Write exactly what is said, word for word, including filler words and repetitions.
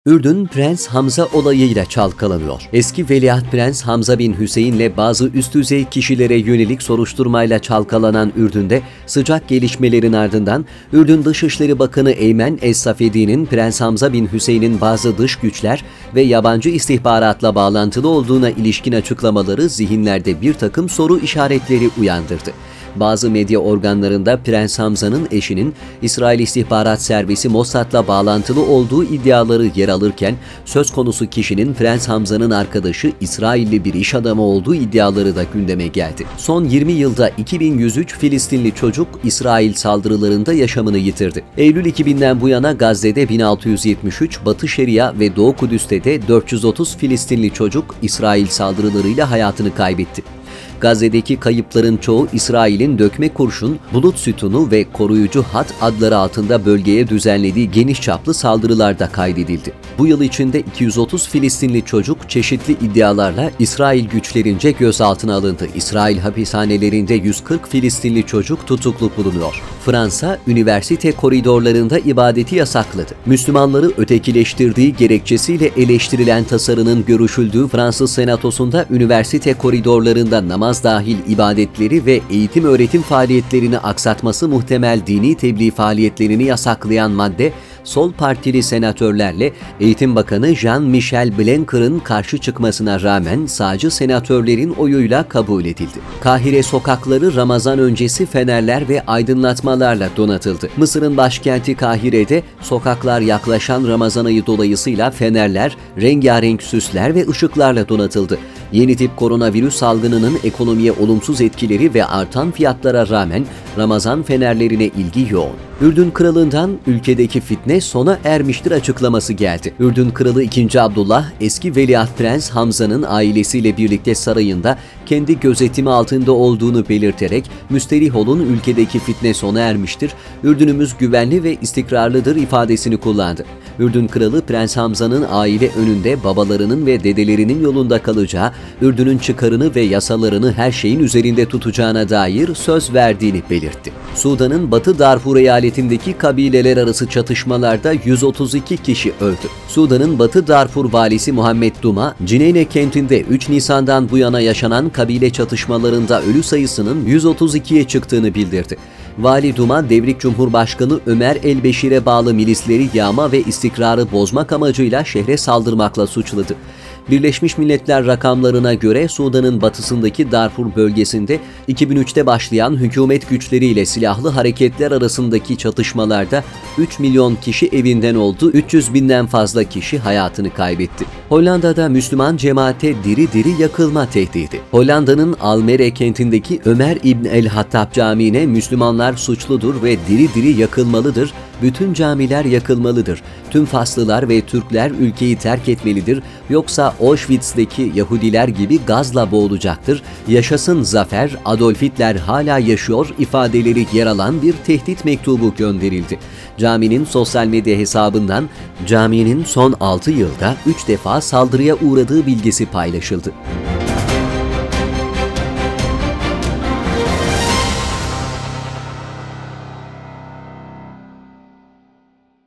Ürdün, Prens Hamza olayıyla çalkalanıyor. Eski Veliaht Prens Hamza bin Hüseyin'le bazı üst düzey kişilere yönelik soruşturmayla çalkalanan Ürdün'de sıcak gelişmelerin ardından Ürdün Dışişleri Bakanı Eymen Es-Safedi'nin Prens Hamza bin Hüseyin'in bazı dış güçler ve yabancı istihbaratla bağlantılı olduğuna ilişkin açıklamaları zihinlerde bir takım soru işaretleri uyandırdı. Bazı medya organlarında Prens Hamza'nın eşinin İsrail İstihbarat Servisi Mossad'la bağlantılı olduğu iddiaları yer alırken, söz konusu kişinin Prens Hamza'nın arkadaşı İsrailli bir iş adamı olduğu iddiaları da gündeme geldi. Son yirmi yılda iki bin yüz üç Filistinli çocuk İsrail saldırılarında yaşamını yitirdi. Eylül iki binden bu yana Gazze'de bin altı yüz yetmiş üç, Batı Şeria ve Doğu Kudüs'te de dört yüz otuz Filistinli çocuk İsrail saldırılarıyla hayatını kaybetti. Gazze'deki kayıpların çoğu İsrail'in dökme kurşun, bulut sütunu ve koruyucu hat adları altında bölgeye düzenlediği geniş çaplı saldırılarda kaydedildi. Bu yıl içinde iki yüz otuz Filistinli çocuk çeşitli iddialarla İsrail güçlerince gözaltına alındı. İsrail hapishanelerinde yüz kırk Filistinli çocuk tutuklu bulunuyor. Fransa, üniversite koridorlarında ibadeti yasakladı. Müslümanları ötekileştirdiği gerekçesiyle eleştirilen tasarının görüşüldüğü Fransız Senatosu'nda üniversite koridorlarında namaz dahil ibadetleri ve eğitim öğretim faaliyetlerini aksatması muhtemel dini tebliğ faaliyetlerini yasaklayan madde, sol partili senatörlerle Eğitim Bakanı Jean-Michel Blanquer'ın karşı çıkmasına rağmen sağcı senatörlerin oyuyla kabul edildi. Kahire sokakları Ramazan öncesi fenerler ve aydınlatmalarla donatıldı. Mısır'ın başkenti Kahire'de sokaklar yaklaşan Ramazan ayı dolayısıyla fenerler, rengarenk süsler ve ışıklarla donatıldı. Yeni tip koronavirüs salgınının ekonomiye olumsuz etkileri ve artan fiyatlara rağmen Ramazan fenerlerine ilgi yoğun. Ürdün Kralı'ndan ülkedeki fitne sona ermiştir açıklaması geldi. Ürdün Kralı ikinci. Abdullah, eski Veliaht Prens Hamza'nın ailesiyle birlikte sarayında kendi gözetimi altında olduğunu belirterek müsterih olun, ülkedeki fitne sona ermiştir, Ürdünümüz güvenli ve istikrarlıdır ifadesini kullandı. Ürdün Kralı Prens Hamza'nın aile önünde babalarının ve dedelerinin yolunda kalacağı, Ürdün'ün çıkarını ve yasalarını her şeyin üzerinde tutacağına dair söz verdiğini belirtti. Sudan'ın Batı Darfur eyaletindeki kabileler arası çatışmalarda yüz otuz iki kişi öldü. Sudan'ın Batı Darfur valisi Muhammed Duma, Cineyne kentinde üç Nisan'dan bu yana yaşanan kabile çatışmalarında ölü sayısının yüz otuz ikiye çıktığını bildirdi. Vali Duma, devrik Cumhurbaşkanı Ömer el-Beşir'e bağlı milisleri yağma ve istikrarı bozmak amacıyla şehre saldırmakla suçladı. Birleşmiş Milletler rakamlarına göre Sudan'ın batısındaki Darfur bölgesinde iki bin üçte başlayan hükümet güçleriyle silahlı hareketler arasındaki çatışmalarda üç milyon kişi evinden oldu, üç yüz binden fazla kişi hayatını kaybetti. Hollanda'da Müslüman cemaate diri diri yakılma tehdidi. Hollanda'nın Almere kentindeki Ömer İbn el-Hattab Camii'ne Müslümanlar suçludur ve diri diri yakılmalıdır, bütün camiler yakılmalıdır, tüm Faslılar ve Türkler ülkeyi terk etmelidir, yoksa Auschwitz'teki Yahudiler gibi gazla boğulacaktır, yaşasın zafer, Adolf Hitler hala yaşıyor ifadeleri yer alan bir tehdit mektubu gönderildi. Caminin sosyal medya hesabından caminin son altı yılda üç defa saldırıya uğradığı bilgisi paylaşıldı.